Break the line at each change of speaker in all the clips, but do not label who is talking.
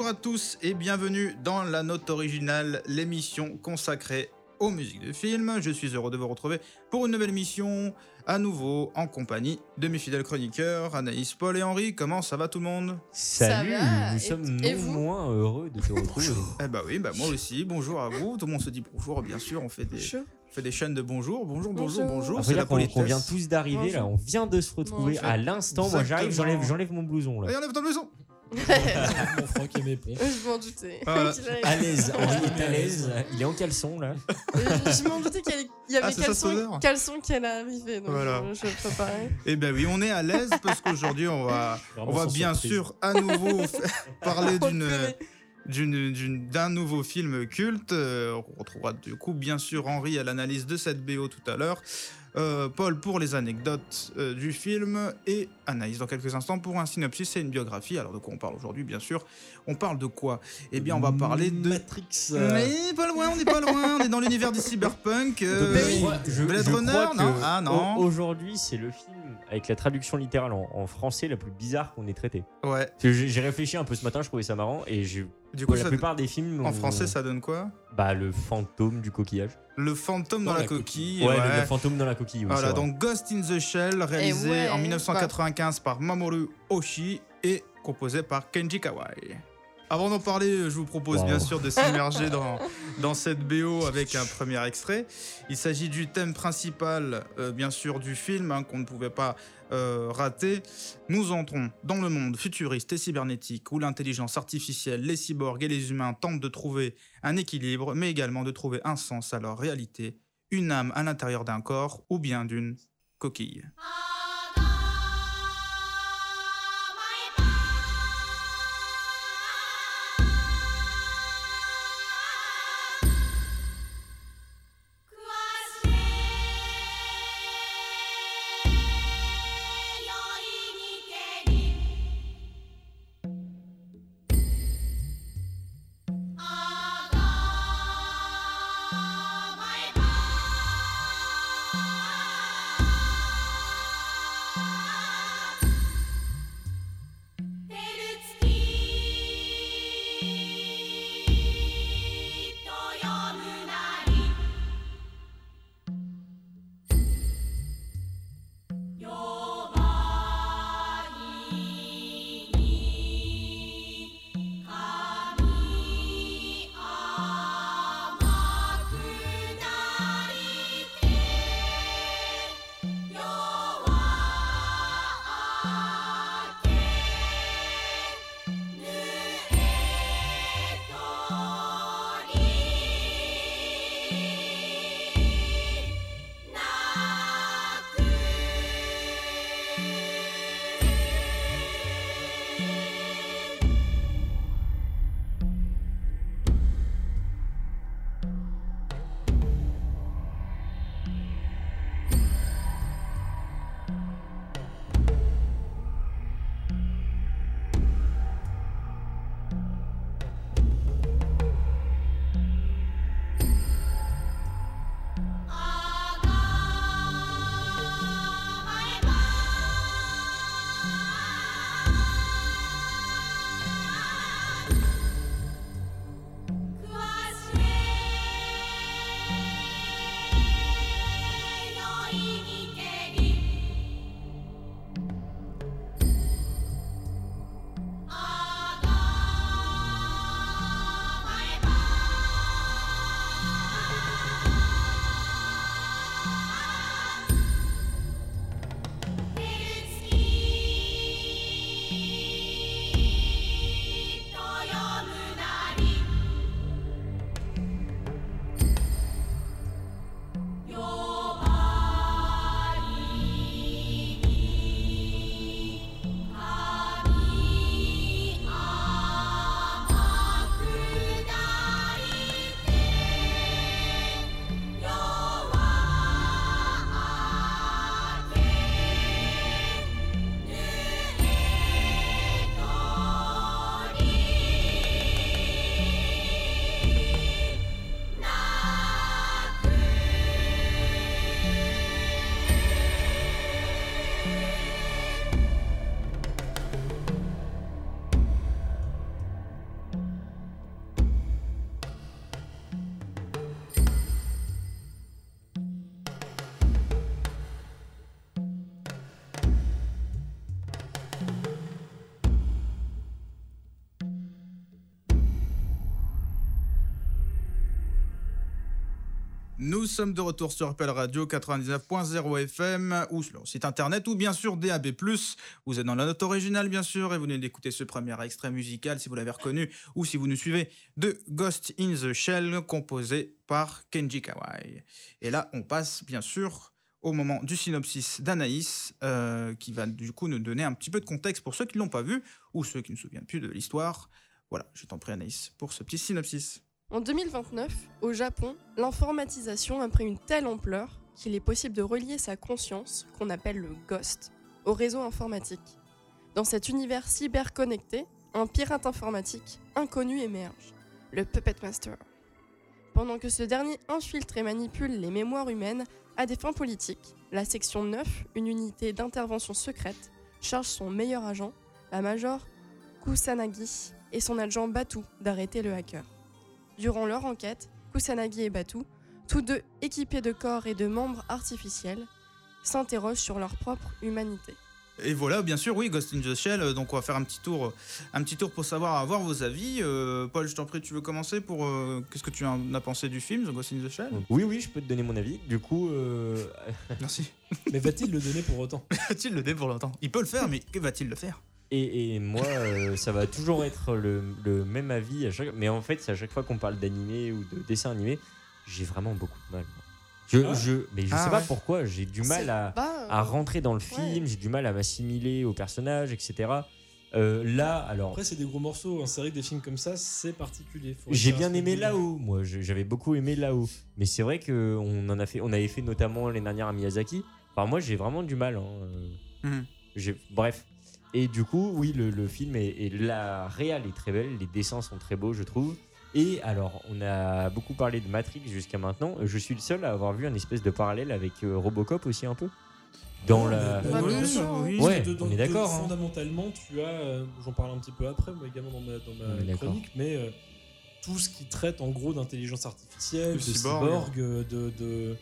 Bonjour à tous et bienvenue dans La Note Originale, l'émission consacrée aux musiques de films. Je suis heureux de vous retrouver pour une nouvelle émission, à nouveau en compagnie de mes fidèles chroniqueurs, Anaïs, Paul et Henri. Comment ça va tout le monde ?
Salut,
va,
nous
et-
sommes
et
non
vous
moins heureux de te retrouver.
Eh bah oui, moi aussi, bonjour à vous. Tout le monde se dit bonjour, bien sûr, on fait des chaînes de bonjour. Bonjour.
Il faut
C'est la
dire qu'on
politesse.
vient tous d'arriver, là, on vient de se retrouver
Bonjour.
à l'instant. Moi j'arrive,
Exactement.
j'enlève mon blouson là.
Allez, enlève ta maison.
Mon froc et mes pompes.
Je m'en doutais.
Voilà.
Qu'il allait-
À l'aise, Henri est à l'aise, il est en caleçon là.
Je m'en doutais qu'il y avait
Ah, c'est ça, cette odeur
caleçon qui allait arriver, donc
Voilà.
je le préparais.
Eh ben oui, on est à l'aise parce qu'aujourd'hui on va
Vraiment sans
bien
surprise.
sûr à nouveau parler
On connaît.
d'un nouveau film culte. On retrouvera du coup bien sûr Henri à l'analyse de cette BO tout à l'heure, Paul pour les anecdotes du film et Anaïs dans quelques instants pour un synopsis et une biographie. Alors de quoi on parle aujourd'hui bien sûr? On parle de quoi? Eh bien on va parler de...
Matrix.
Mais pas loin, on n'est pas loin, on est dans l'univers du cyberpunk. Blade Runner,
crois
non
que
Ah, non.
Aujourd'hui c'est le film avec la traduction littérale en français la plus bizarre qu'on ait traité.
Ouais.
Parce que j'ai réfléchi un peu ce matin, je trouvais ça marrant et
Du coup,
la
ça-
plupart des films
en
ont-
français ça donne quoi?
bah le fantôme du coquillage.
Le fantôme dans
Dans
la
la
coquille.
Ouais,
ouais.
le fantôme dans la coquille. Oui,
Voilà,
c'est vrai.
donc Ghost in the Shell, réalisé
ouais,
en 1995 par Mamoru Oshii et composé par Kenji Kawai. Avant d'en parler, je vous propose
Wow.
bien sûr de s'immerger dans cette BO avec un premier extrait. Il s'agit du thème principal, bien sûr, du film, hein, qu'on ne pouvait pas rater. Nous entrons dans le monde futuriste et cybernétique où l'intelligence artificielle, les cyborgs et les humains tentent de trouver un équilibre, mais également de trouver un sens à leur réalité, une âme à l'intérieur d'un corps ou bien d'une coquille. Nous sommes de retour sur Appel Radio 99.0 FM ou sur le site internet ou bien sûr DAB+. Vous êtes dans la note originale bien sûr et vous venez d'écouter ce premier extrait musical si vous l'avez reconnu ou si vous nous suivez de Ghost in the Shell composé par Kenji Kawai. Et là on passe bien sûr au moment du synopsis d'Anaïs qui va du coup nous donner un petit peu de contexte pour ceux qui ne l'ont pas vu ou ceux qui ne se souviennent plus de l'histoire. Voilà, je t'en prie Anaïs pour ce petit synopsis.
En 2029, au Japon, l'informatisation a pris une telle ampleur qu'il est possible de relier sa conscience, qu'on appelle le ghost, au réseau informatique. Dans cet univers cyberconnecté, un pirate informatique inconnu émerge, le Puppet Master. Pendant que ce dernier infiltre et manipule les mémoires humaines à des fins politiques, la section 9, une unité d'intervention secrète, charge son meilleur agent, la Major Kusanagi, et son adjoint Batu d'arrêter le hacker. Durant leur enquête, Kusanagi et Batu, tous deux équipés de corps et de membres artificiels, s'interrogent sur leur propre humanité.
Et voilà, bien sûr, oui, Ghost in the Shell. Donc, on va faire un petit tour pour avoir vos avis. Paul, je t'en prie, tu veux commencer pour qu'est-ce que tu en as pensé du film, The Ghost in the Shell ?
Oui, je peux te donner mon avis. Du coup,
Merci.
Mais va-t-il le donner pour autant ?
Va-t-il le donner pour longtemps ? Il peut le faire, mais que va-t-il le faire ?
Et moi, ça va toujours être le même avis. Mais en fait, c'est à chaque fois qu'on parle d'animé ou de dessin animé, j'ai vraiment beaucoup de mal. Mais je sais pas pourquoi, j'ai du mal à rentrer dans le film, j'ai du mal à m'assimiler au personnage, etc. Là, alors.
Après, c'est des gros morceaux. Hein. C'est vrai que des films comme ça, c'est particulier.
J'ai bien aimé Là-haut. Moi, j'avais beaucoup aimé Là-haut. Mais c'est vrai qu'on avait fait notamment l'année dernière à Miyazaki. Enfin, moi, j'ai vraiment du mal. Bref. Et du coup, oui, le film et la réal est très belle, les dessins sont très beaux, je trouve. Et alors, on a beaucoup parlé de Matrix jusqu'à maintenant. Je suis le seul à avoir vu un espèce de parallèle avec Robocop aussi un peu. Dans la.
bien sûr,
oui.
Ouais, on est d'accord.
Fondamentalement, tu as, j'en parle un petit peu après, moi également dans ma chronique, mais tout ce qui traite en gros d'intelligence artificielle, de cyborg, de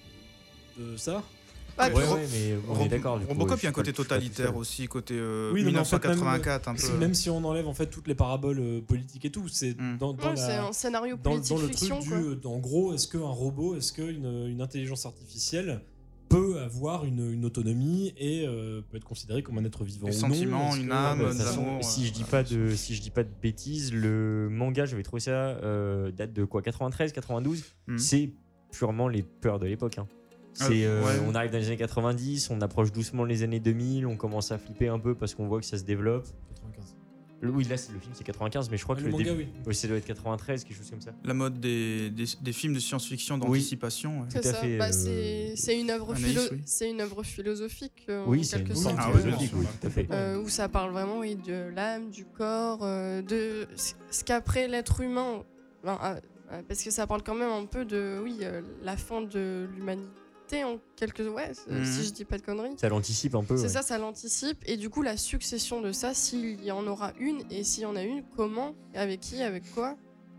ça.
Mais on est d'accord. Du coup,
Robocop, il y a un côté totalitaire aussi, côté 1984
en fait,
un peu.
Même si on enlève en fait toutes les paraboles politiques et tout, c'est
c'est un scénario
dans
politique
le
fiction.
truc en gros, est-ce qu'un robot, est-ce qu'une intelligence artificielle peut avoir une autonomie et peut être considéré comme un être vivant
des
ou
sentiments,
non,
une âme,
de toute façon,
l'amour.
si je dis pas de bêtises, le manga, j'avais trouvé ça date de quoi, 93, 92. C'est purement les peurs de l'époque. On arrive dans les années 90, on approche doucement les années 2000, on commence à flipper un peu parce qu'on voit que ça se développe.
95.
Oui, là, le film c'est 95, mais je crois que
le manga,
début, oui, ça doit être 93, quelque chose comme ça.
La mode des films de science-fiction d'anticipation. Ouais.
C'est
Tout à
ça.
fait,
C'est une œuvre
c'est
une œuvre philosophique
oui,
en
c'est une
quelque
sorte
sorte.
philosophique, oui, tout à fait.
Où ça parle vraiment de l'âme, du corps, de ce qu'après l'être humain, parce que ça parle quand même un peu de la fin de l'humanité en quelque si je dis pas de conneries.
Ça l'anticipe un peu.
C'est ça l'anticipe, et du coup la succession de ça, s'il y en aura une, et s'il y en a une, comment, avec qui, avec quoi.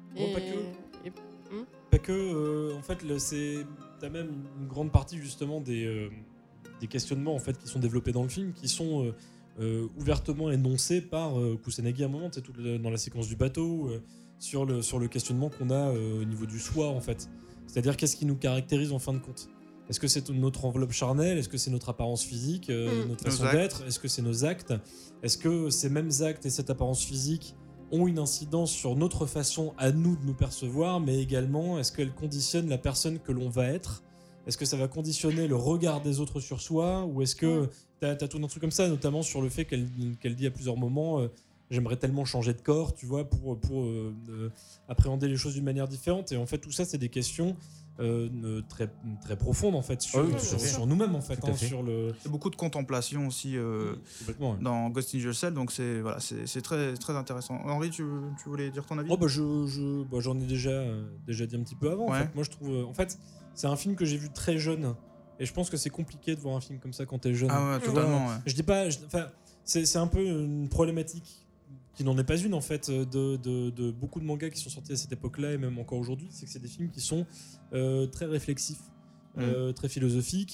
Pas que en fait t'as même une grande partie justement des questionnements en fait qui sont développés dans le film, qui sont ouvertement énoncés par Kusanagi à un moment, c'est tout dans la séquence du bateau, sur le questionnement qu'on a au niveau du soi en fait, c'est-à-dire qu'est-ce qui nous caractérise en fin de compte. Est-ce que c'est notre enveloppe charnelle ? Est-ce que c'est notre apparence physique, notre façon d'être ? Est-ce que c'est nos actes ? Est-ce que ces mêmes actes et cette apparence physique ont une incidence sur notre façon à nous de nous percevoir, mais également, est-ce qu'elles conditionnent la personne que l'on va être ? Est-ce que ça va conditionner le regard des autres sur soi ? Ou est-ce que t'as tout un truc comme ça, notamment sur le fait qu'elle dit à plusieurs moments j'aimerais tellement changer de corps, tu vois, pour appréhender les choses d'une manière différente. Et en fait, tout ça, c'est des questions très, très profondes en fait sur nous-mêmes en fait, sur le.
Il y a beaucoup de contemplation aussi dans Ghost in the Shell, donc c'est très très intéressant. Henri, tu voulais dire ton avis ?
J'en ai déjà dit un petit peu avant. En fait. Moi, je trouve, en fait, c'est un film que j'ai vu très jeune, et je pense que c'est compliqué de voir un film comme ça quand t'es jeune.
Ah ouais, totalement.
Je dis pas, c'est un peu une problématique qui n'en est pas une en fait de beaucoup de mangas qui sont sortis à cette époque-là et même encore aujourd'hui, c'est que c'est des films qui sont très réflexifs, très philosophiques,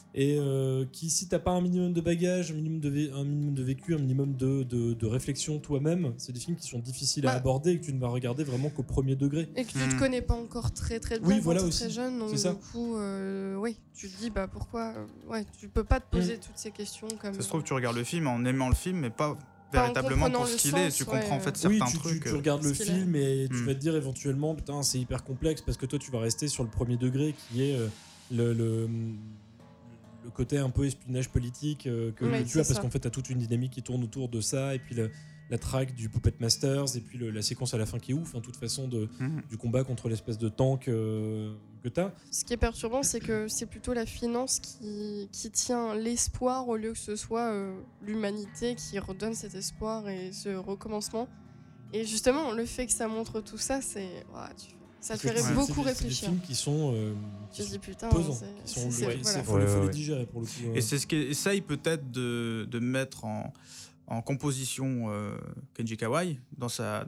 et qui, si t'as pas un minimum de bagages, un minimum de vécu, un minimum de réflexion toi-même, c'est des films qui sont difficiles à aborder et que tu ne vas regarder vraiment qu'au premier degré.
Et que tu te connais pas encore très très bien
Oui,
quand
voilà
t'es
aussi.
très jeune, donc
C'est ça.
du coup, oui, tu te dis pourquoi, tu peux pas te poser toutes ces questions comme.
Ça se trouve, tu regardes le film en aimant le film, mais pas véritablement pour ce qu'il est. Tu comprends en fait certains trucs.
Tu regardes le film et tu
Hmm.
vas te dire éventuellement, putain, c'est hyper complexe parce que toi, tu vas rester sur le premier degré qui est le côté un peu espionnage politique que
Ouais,
tu
c'est
as, parce
ça.
qu'en fait, tu as toute une dynamique qui tourne autour de ça, et puis la track du Puppet Masters, et puis la séquence à la fin qui est ouf, toute façon, du combat contre l'espèce de tank que tu as.
Ce qui est perturbant, c'est que c'est plutôt la finance qui tient l'espoir au lieu que ce soit l'humanité qui redonne cet espoir et ce recommencement. Et justement, le fait que ça montre tout ça, ça te fait beaucoup réfléchir.
C'est des films qui sont,
Tu te dis putain,
pesants, faut les digérer pour le coup.
Et c'est ce qu'il essaye peut-être de mettre en composition Kenji Kawai dans sa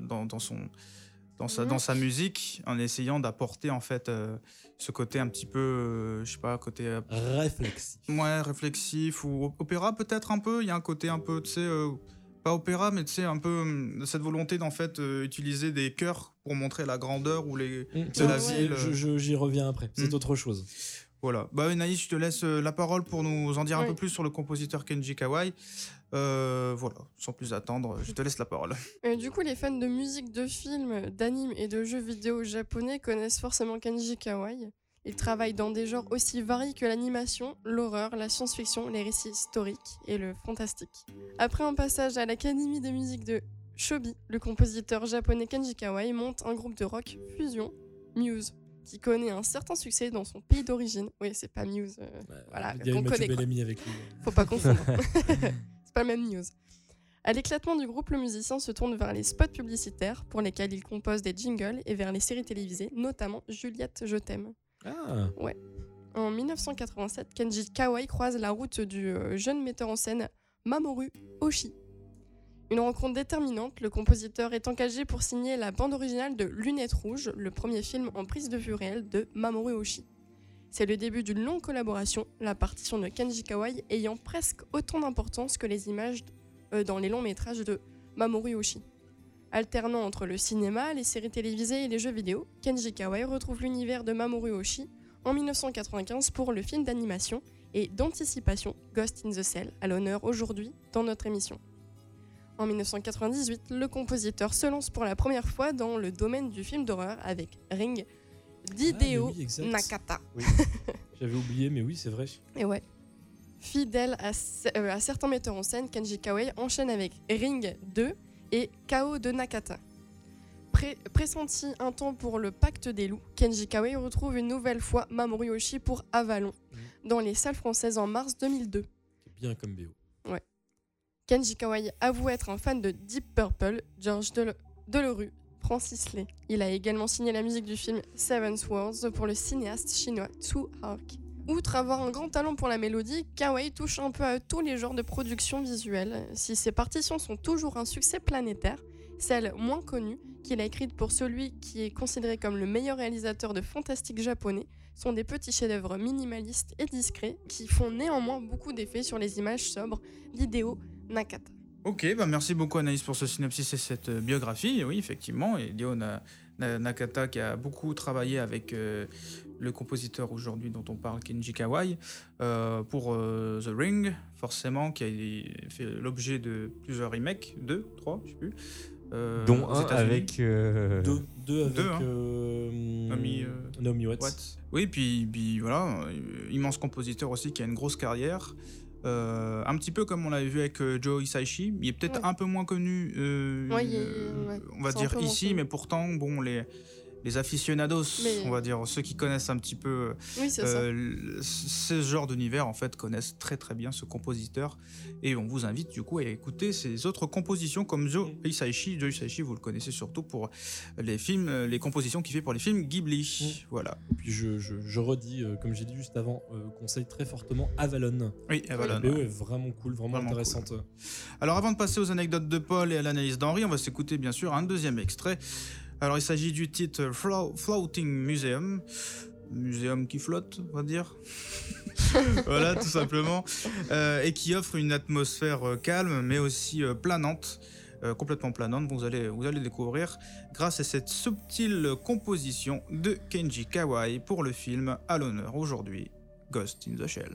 musique, en essayant d'apporter en fait ce côté un petit peu, je sais pas, côté
réflexif.
Ouais, réflexif ou opéra peut-être un peu. Il y a un côté un peu, tu sais, pas opéra, mais tu sais, un peu cette volonté d'en fait utiliser des chœurs pour montrer la grandeur ou de la ville.
J'y reviens après. C'est autre chose.
Voilà. Naïs, je te laisse la parole pour nous en dire un peu plus sur le compositeur Kenji Kawai. Voilà, sans plus attendre, je te laisse la parole.
Du coup, les fans de musique, de films, d'animes et de jeux vidéo japonais connaissent forcément Kenji Kawai. Il travaille dans des genres aussi variés que l'animation, l'horreur, la science-fiction, les récits historiques et le fantastique. Après un passage à l'académie de musique de Shobi, le compositeur japonais Kenji Kawai monte un groupe de rock fusion, Muse, qui connaît un certain succès dans son pays d'origine. Oui, c'est pas Muse, voilà, qu'on connaît.
Avec lui.
Faut pas confondre. C'est pas le même Muse. À l'éclatement du groupe, le musicien se tourne vers les spots publicitaires, pour lesquels il compose des jingles, et vers les séries télévisées, notamment Juliette, je t'aime.
Ah.
Ouais. En 1987, Kenji Kawai croise la route du jeune metteur en scène Mamoru Oshii. Une rencontre déterminante, le compositeur est engagé pour signer la bande originale de Lunettes Rouges, le premier film en prise de vue réelle de Mamoru Oshii. C'est le début d'une longue collaboration, la partition de Kenji Kawai ayant presque autant d'importance que les images dans les longs métrages de Mamoru Oshii. Alternant entre le cinéma, les séries télévisées et les jeux vidéo, Kenji Kawai retrouve l'univers de Mamoru Oshii en 1995 pour le film d'animation et d'anticipation Ghost in the Shell, à l'honneur aujourd'hui dans notre émission. En 1998, le compositeur se lance pour la première fois dans le domaine du film d'horreur avec Ring d'Hideo Nakata.
Oui. J'avais oublié, mais oui, c'est vrai.
Et ouais. Fidèle à certains metteurs en scène, Kenji Kawai enchaîne avec Ring 2 et KO de Nakata. Pressenti un temps pour le Pacte des Loups, Kenji Kawai retrouve une nouvelle fois Mamoru Oshii pour Avalon, dans les salles françaises en mars 2002.
C'est bien comme BO.
Ouais. Kenji Kawai avoue être un fan de Deep Purple, George Delerue, Francis Lay. Il a également signé la musique du film Seven Swords pour le cinéaste chinois Tsu Hark. Outre avoir un grand talent pour la mélodie, Kawai touche un peu à tous les genres de production visuelle. Si ses partitions sont toujours un succès planétaire, celles moins connues, qu'il a écrites pour celui qui est considéré comme le meilleur réalisateur de fantastique japonais, sont des petits chefs-d'œuvre minimalistes et discrets qui font néanmoins beaucoup d'effets sur les images sobres d'Hideo Nakata.
Ok, merci beaucoup Anaïs pour ce synopsis et cette biographie. Oui, effectivement, Hideo Nakata qui a beaucoup travaillé avec le compositeur aujourd'hui dont on parle, Kenji Kawai, pour The Ring, forcément, qui a fait l'objet de plusieurs remakes, 2, 3, je sais plus.
Dont un avec...
Deux avec
Naomi Watts. Oui, puis voilà, immense compositeur aussi qui a une grosse carrière. Un petit peu comme on l'avait vu avec Joe Hisaishi, il est peut-être un peu moins connu, on va dire ici, mais pourtant, bon, les aficionados, on va dire, ceux qui connaissent un petit peu ce genre d'univers, en fait, connaissent très très bien ce compositeur. Et on vous invite du coup à écouter ses autres compositions comme Joe Hisaishi. Joe Hisaishi, vous le connaissez surtout pour les films, les compositions qu'il fait pour les films Ghibli. Voilà.
Et puis je redis, comme j'ai dit juste avant, conseille très fortement Avalon.
Oui, Avalon.
La BO est vraiment cool, vraiment intéressante.
Cool. Alors avant de passer aux anecdotes de Paul et à l'analyse d'Henri, on va s'écouter bien sûr un deuxième extrait. Alors il s'agit du titre Floating Museum. muséum qui flotte, on va dire. Voilà, tout simplement. Et qui offre une atmosphère calme, mais aussi planante. Complètement planante, vous allez découvrir grâce à cette subtile composition de Kenji Kawai pour le film à l'honneur aujourd'hui, Ghost in the Shell.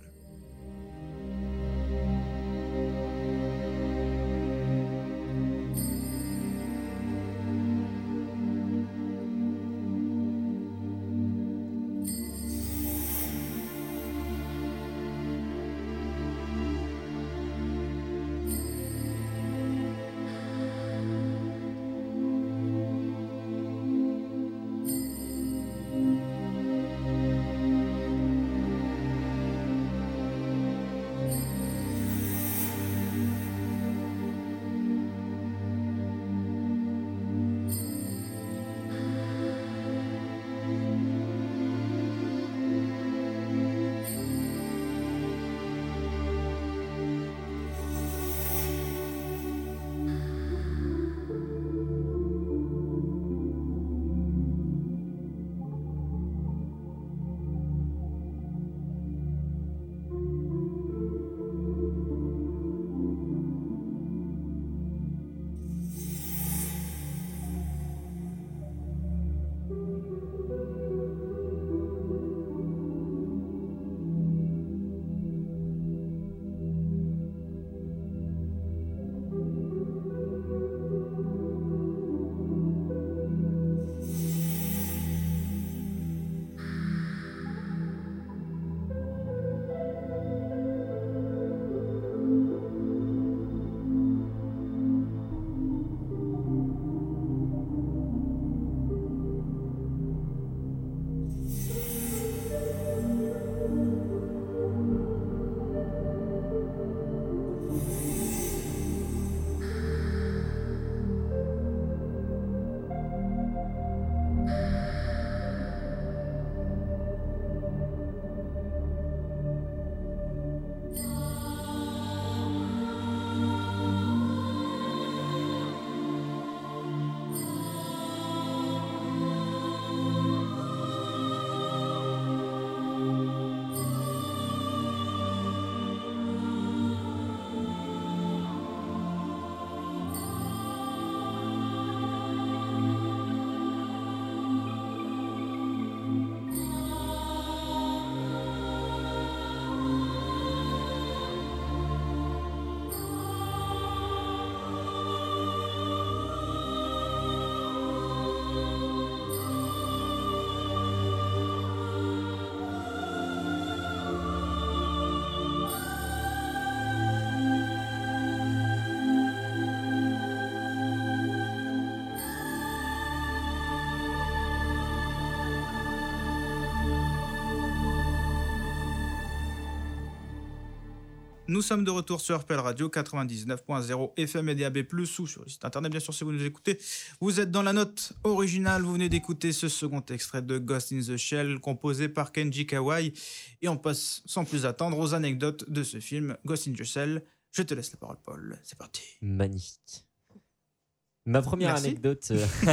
Nous sommes de retour sur RPL Radio 99.0 FM et DAB+, ou sur le site internet, bien sûr, si vous nous écoutez. Vous êtes dans la note originale, vous venez d'écouter ce second extrait de Ghost in the Shell, composé par Kenji Kawai. Et on passe sans plus attendre aux anecdotes de ce film, Ghost in the Shell. Je te laisse la parole, Paul. C'est parti.
Magnifique. Ma première anecdote,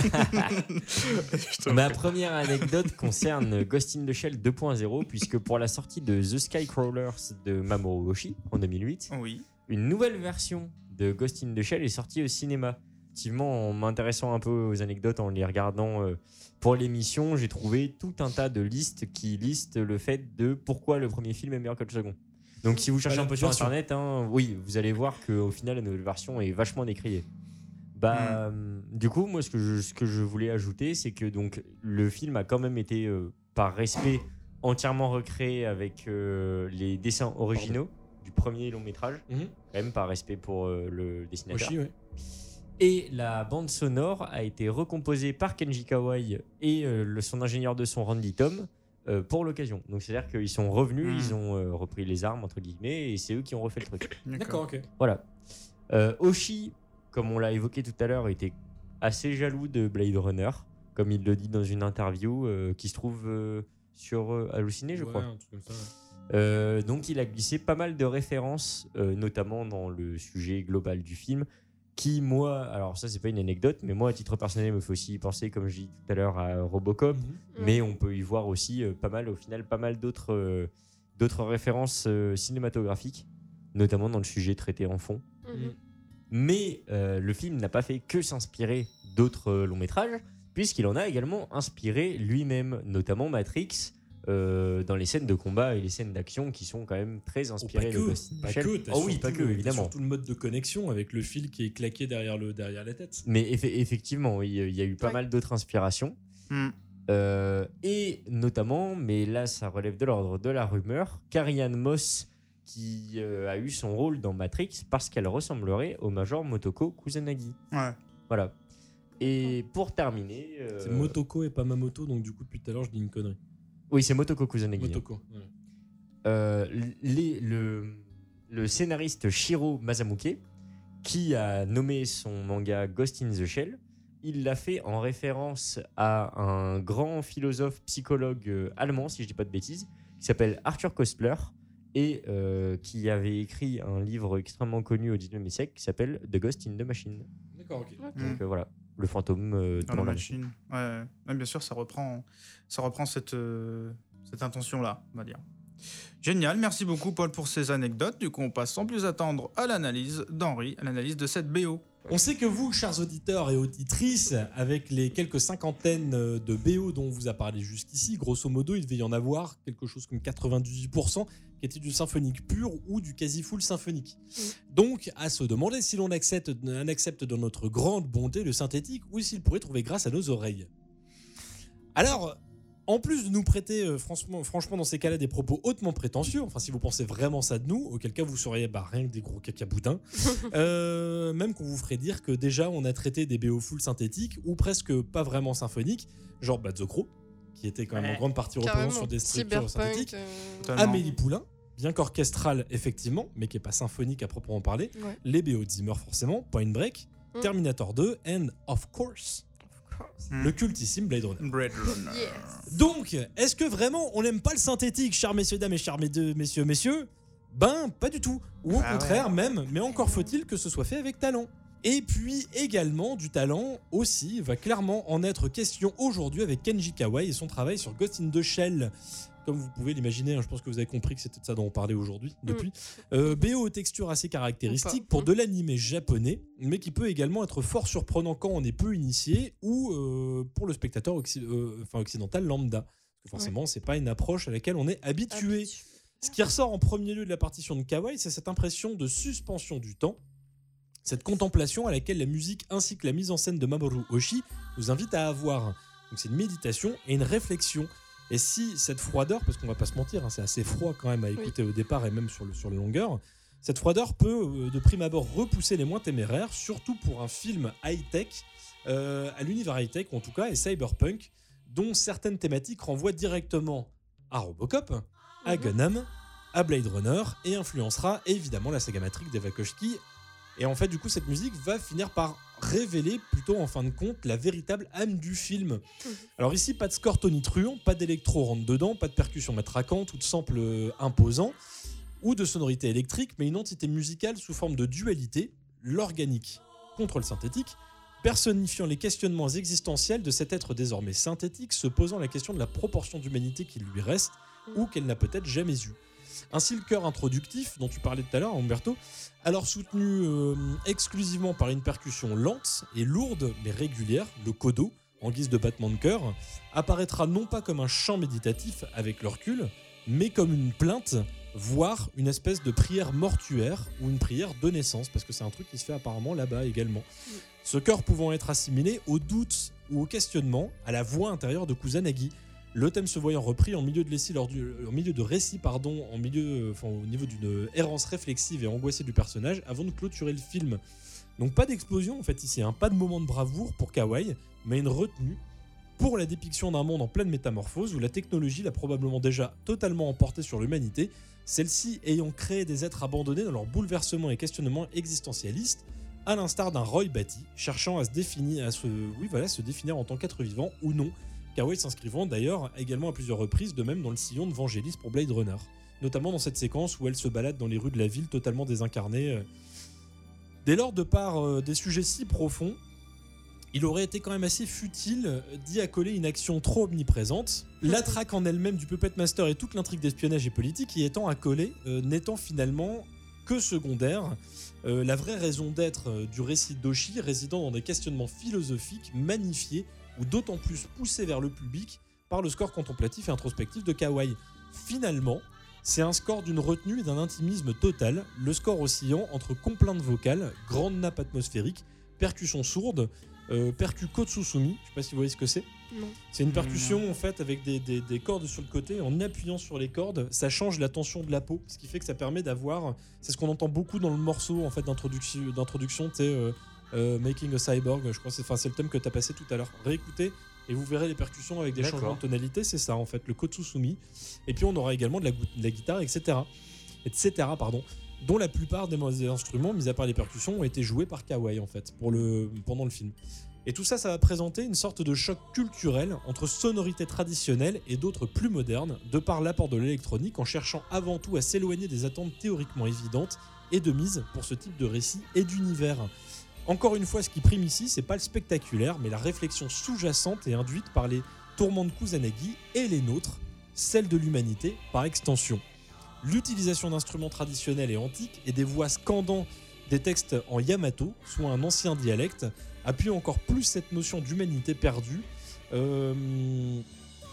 concerne Ghost in the Shell 2.0, puisque pour la sortie de The Skycrawlers de Mamoru Oshii en 2008, une nouvelle version de Ghost in the Shell est sortie au cinéma. Effectivement, en m'intéressant un peu aux anecdotes, en les regardant pour l'émission, j'ai trouvé tout un tas de listes qui listent le fait de pourquoi le premier film est meilleur que le second. Donc si vous cherchez un peu sur internet, oui, vous allez voir qu'au final la nouvelle version est vachement décriée. Du coup, moi, ce que je voulais ajouter, c'est que donc, le film a quand même été, par respect, entièrement recréé avec les dessins originaux du premier long métrage, quand même par respect pour le dessinateur.
Oshii, ouais.
Et la bande sonore a été recomposée par Kenji Kawai et son ingénieur de son Randy Tom pour l'occasion. Donc c'est-à-dire qu'ils sont revenus, ils ont repris les armes, entre guillemets, et c'est eux qui ont refait le truc.
D'accord, ok.
Voilà. Oshii, comme on l'a évoqué tout à l'heure, était assez jaloux de Blade Runner, comme il le dit dans une interview qui se trouve sur Halluciné, je crois.
Un truc comme ça.
Donc il a glissé pas mal de références, notamment dans le sujet global du film, qui, moi, alors ça c'est pas une anecdote, mais moi à titre personnel me fait aussi penser, comme je dis tout à l'heure, à Robocop, mais on peut y voir aussi pas mal d'autres références cinématographiques, notamment dans le sujet traité en fond. Mais le film n'a pas fait que s'inspirer d'autres longs métrages, puisqu'il en a également inspiré lui-même, notamment Matrix, dans les scènes de combat et les scènes d'action qui sont quand même très inspirées de Ghost in the Shell. Pas que, évidemment.
Surtout le mode de connexion avec le fil qui est claqué derrière la tête.
Mais effectivement, il y a eu pas mal d'autres inspirations. Et notamment, mais là ça relève de l'ordre de la rumeur, Carrie-Anne Moss qui a eu son rôle dans Matrix parce qu'elle ressemblerait au Major Motoko Kusanagi. Voilà. Et pour terminer...
C'est Motoko et pas Mamoto, donc du coup depuis tout à l'heure je dis une connerie.
Oui, c'est Motoko Kusanagi.
Motoko,
le scénariste Shiro Masamuke, qui a nommé son manga Ghost in the Shell, il l'a fait en référence à un grand philosophe psychologue allemand, si je ne dis pas de bêtises, qui s'appelle Arthur Koestler, et qui avait écrit un livre extrêmement connu au 19e siècle qui s'appelle The Ghost in the Machine.
D'accord, ok.
Donc voilà, le fantôme dans la
machine. Ouais, bien sûr, ça reprend cette intention-là, on va dire. Génial, merci beaucoup Paul pour ces anecdotes. Du coup, on passe sans plus attendre à l'analyse d'Henri, à l'analyse de cette BO.
On sait que vous, chers auditeurs et auditrices, avec les quelques cinquantaines de BO dont on vous a parlé jusqu'ici, grosso modo, il devait y en avoir quelque chose comme 98% qui était du symphonique pur ou du quasi-full symphonique. Donc, à se demander si l'on accepte dans notre grande bonté le synthétique ou s'il pourrait trouver grâce à nos oreilles. Alors... En plus de nous prêter, franchement, dans ces cas-là, des propos hautement prétentieux, enfin, si vous pensez vraiment ça de nous, auquel cas vous seriez rien que des gros cacaboudins, même qu'on vous ferait dire que déjà, on a traité des BO full synthétiques ou presque pas vraiment symphoniques, genre The Crow, qui était quand même en grande partie reposant sur des structures synthétiques, Amélie Poulain, bien qu'orchestrale, effectivement, mais qui n'est pas symphonique à proprement parler, les BO de Zimmer, forcément, Point Break, Terminator 2, and of course... le cultissime Blade Runner.
Yes.
Donc, est-ce que vraiment on n'aime pas le synthétique, chers messieurs, dames et chers messieurs? Ben, pas du tout. Ou au contraire, même, mais encore faut-il que ce soit fait avec talent. Et puis également, du talent aussi va clairement en être question aujourd'hui avec Kenji Kawai et son travail sur Ghost in the Shell. Comme vous pouvez l'imaginer, je pense que vous avez compris que c'était de ça dont on parlait aujourd'hui, depuis. BO aux textures assez caractéristiques pour de l'animé japonais, mais qui peut également être fort surprenant quand on est peu initié ou pour le spectateur occidental lambda. Parce que forcément, c'est pas une approche à laquelle on est habitué. Ce qui ressort en premier lieu de la partition de Kawai, c'est cette impression de suspension du temps, cette contemplation à laquelle la musique ainsi que la mise en scène de Mamoru Oshii nous invitent à avoir. Donc c'est une méditation et une réflexion. Et si cette froideur, parce qu'on va pas se mentir, c'est assez froid quand même à écouter au départ et même sur les longueurs, cette froideur peut de prime abord repousser les moins téméraires, surtout pour un film high-tech, à l'univers high-tech en tout cas, et cyberpunk, dont certaines thématiques renvoient directement à Robocop, à Gundam, à Blade Runner, et influencera évidemment la saga Matrix d'Eva Koshki. Et en fait, du coup, cette musique va finir par révéler plutôt en fin de compte la véritable âme du film. Alors ici, pas de score tonitruant, pas d'électro rentre dedans, pas de percussion matraquante ou de sample imposant, ou de sonorité électrique, mais une entité musicale sous forme de dualité, l'organique contre le synthétique, personnifiant les questionnements existentiels de cet être désormais synthétique, se posant la question de la proportion d'humanité qui lui reste ou qu'elle n'a peut-être jamais eue. Ainsi, le chœur introductif, dont tu parlais tout à l'heure, Umberto, alors soutenu exclusivement par une percussion lente et lourde, mais régulière, le codo, en guise de battement de cœur, apparaîtra non pas comme un chant méditatif avec le recul, mais comme une plainte, voire une espèce de prière mortuaire ou une prière de naissance, parce que c'est un truc qui se fait apparemment là-bas également. Ce chœur pouvant être assimilé au doute ou au questionnement, à la voix intérieure de Kusanagi, le thème se voyant repris au niveau de récit, au niveau d'une errance réflexive et angoissée du personnage avant de clôturer le film. Donc pas d'explosion en fait ici, pas de moment de bravoure pour Kawai, mais une retenue pour la dépiction d'un monde en pleine métamorphose où la technologie l'a probablement déjà totalement emporté sur l'humanité, celle-ci ayant créé des êtres abandonnés dans leur bouleversement et questionnement existentialiste, à l'instar d'un Roy Batty, cherchant à se définir en tant qu'être vivant ou non, Kawai s'inscrivant d'ailleurs également à plusieurs reprises de même dans le sillon de Vangelis pour Blade Runner, notamment dans cette séquence où elle se balade dans les rues de la ville totalement désincarnée. Dès lors, de par des sujets si profonds, il aurait été quand même assez futile d'y accoler une action trop omniprésente. La traque en elle-même du Puppet Master et toute l'intrigue d'espionnage et politique y étant accolée, n'étant finalement que secondaire. La vraie raison d'être du récit d'Oshii résidant dans des questionnements philosophiques magnifiés ou d'autant plus poussés vers le public par le score contemplatif et introspectif de Kawai. Finalement, c'est un score d'une retenue et d'un intimisme total, le score oscillant entre complaintes vocales, grandes nappes atmosphériques, percussions sourdes, percu Kotsusumi, je sais pas si vous voyez ce que c'est.
Non.
C'est une percussion en fait avec des cordes sur le côté. En appuyant sur les cordes, ça change la tension de la peau, ce qui fait que ça permet d'avoir. C'est ce qu'on entend beaucoup dans le morceau en fait d'introduction. Making a Cyborg, je crois. C'est le thème que tu as passé tout à l'heure. Réécoutez et vous verrez les percussions avec des changements de tonalité. C'est ça en fait, le Kotsusumi. Et puis on aura également de la guitare, etc. Dont la plupart des instruments, mis à part les percussions, ont été joués par Kawai en fait pendant le film. Et tout ça, ça va présenter une sorte de choc culturel entre sonorités traditionnelles et d'autres plus modernes, de par l'apport de l'électronique, en cherchant avant tout à s'éloigner des attentes théoriquement évidentes et de mise pour ce type de récit et d'univers. Encore une fois, ce qui prime ici, c'est pas le spectaculaire, mais la réflexion sous-jacente et induite par les tourments de Kusanagi et les nôtres, celle de l'humanité par extension. L'utilisation d'instruments traditionnels et antiques et des voix scandant des textes en Yamato, soit un ancien dialecte, appuie encore plus cette notion d'humanité perdue dans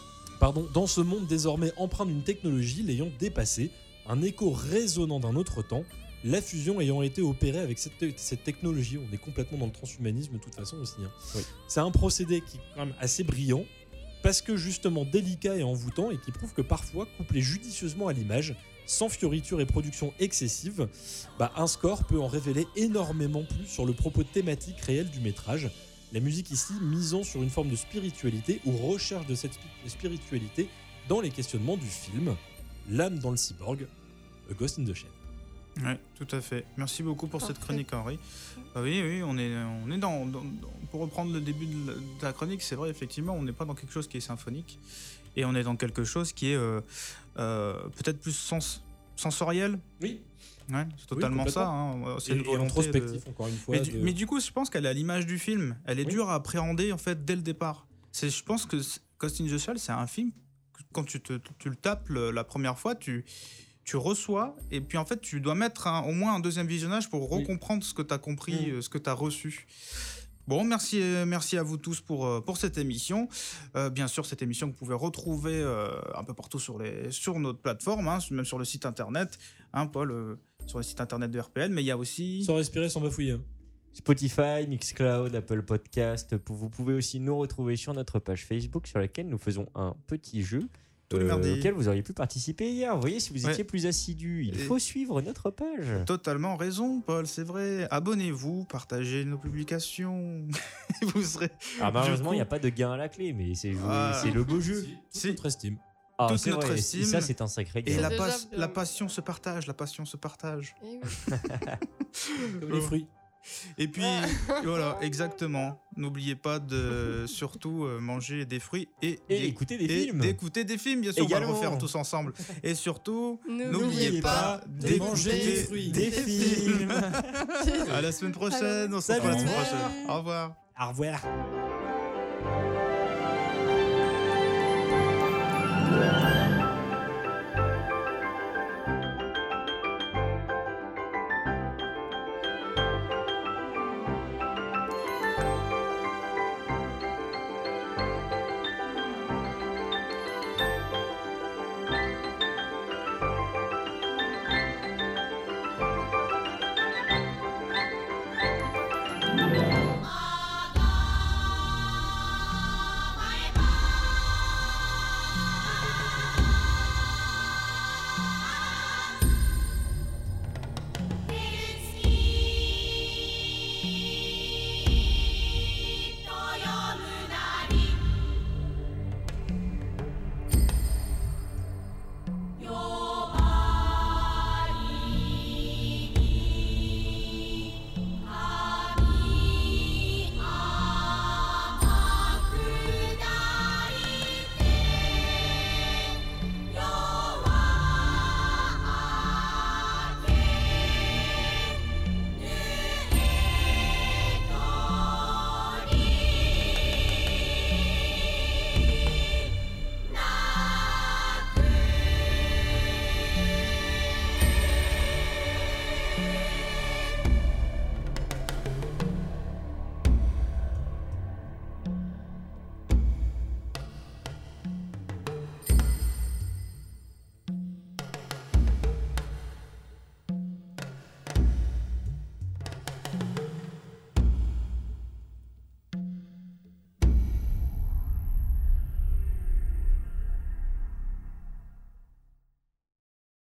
ce monde désormais empreint d'une technologie l'ayant dépassé, un écho résonnant d'un autre temps, la fusion ayant été opérée avec cette technologie. On est complètement dans le transhumanisme de toute façon aussi. Oui. C'est un procédé qui est quand même assez brillant, parce que justement délicat et envoûtant, et qui prouve que parfois, couplé judicieusement à l'image, sans fioriture et production excessive, un score peut en révéler énormément plus sur le propos thématique réel du métrage. La musique ici misant sur une forme de spiritualité ou recherche de cette spiritualité dans les questionnements du film. L'âme dans le cyborg, A Ghost in the Shell.
Oui, tout à fait. Merci beaucoup pour cette chronique, Henri. Oui, on est dans pour reprendre le début de la chronique, c'est vrai, effectivement, on n'est pas dans quelque chose qui est symphonique, et on est dans quelque chose qui est peut-être plus sensoriel.
Oui.
Ouais, c'est totalement ça. Hein. C'est une volonté
introspectif, encore une fois.
Mais du coup, je pense qu'elle est à l'image du film. Elle est dure à appréhender en fait dès le départ. Je pense que Ghost in the Shell, c'est un film que, quand tu le tapes la première fois, tu reçois, et puis en fait tu dois mettre au moins un deuxième visionnage pour recomprendre ce que tu as compris, ce que tu as reçu. Bon, merci à vous tous pour cette émission. Bien sûr, cette émission que vous pouvez retrouver un peu partout sur notre plateforme, même sur le site internet, Paul, sur le site internet de RPL, mais il y a aussi...
Sans respirer, sans bafouiller.
Spotify, Mixcloud, Apple Podcast. Vous pouvez aussi nous retrouver sur notre page Facebook, sur laquelle nous faisons un petit jeu auquel vous auriez pu participer hier. Vous voyez, si vous étiez plus assidu, il faut suivre notre page.
Totalement raison, Paul, c'est vrai. Abonnez-vous, partagez nos publications. Vous serez...
malheureusement, il n'y a pas de gain à la clé, mais c'est le beau jeu.
C'est notre estime.
Toute notre estime.
Et ça, c'est un sacré gain.
Et la passion se partage,
Oui.
Comme les fruits.
Et puis, voilà, exactement. N'oubliez pas de surtout manger des fruits et
écouter des films.
D'écouter des films, bien sûr,
également.
On va le refaire tous ensemble. Et surtout,
n'oubliez pas
d'écouter
manger
des films.
À la semaine prochaine. On se retrouve la semaine prochaine. Au revoir.
Au revoir.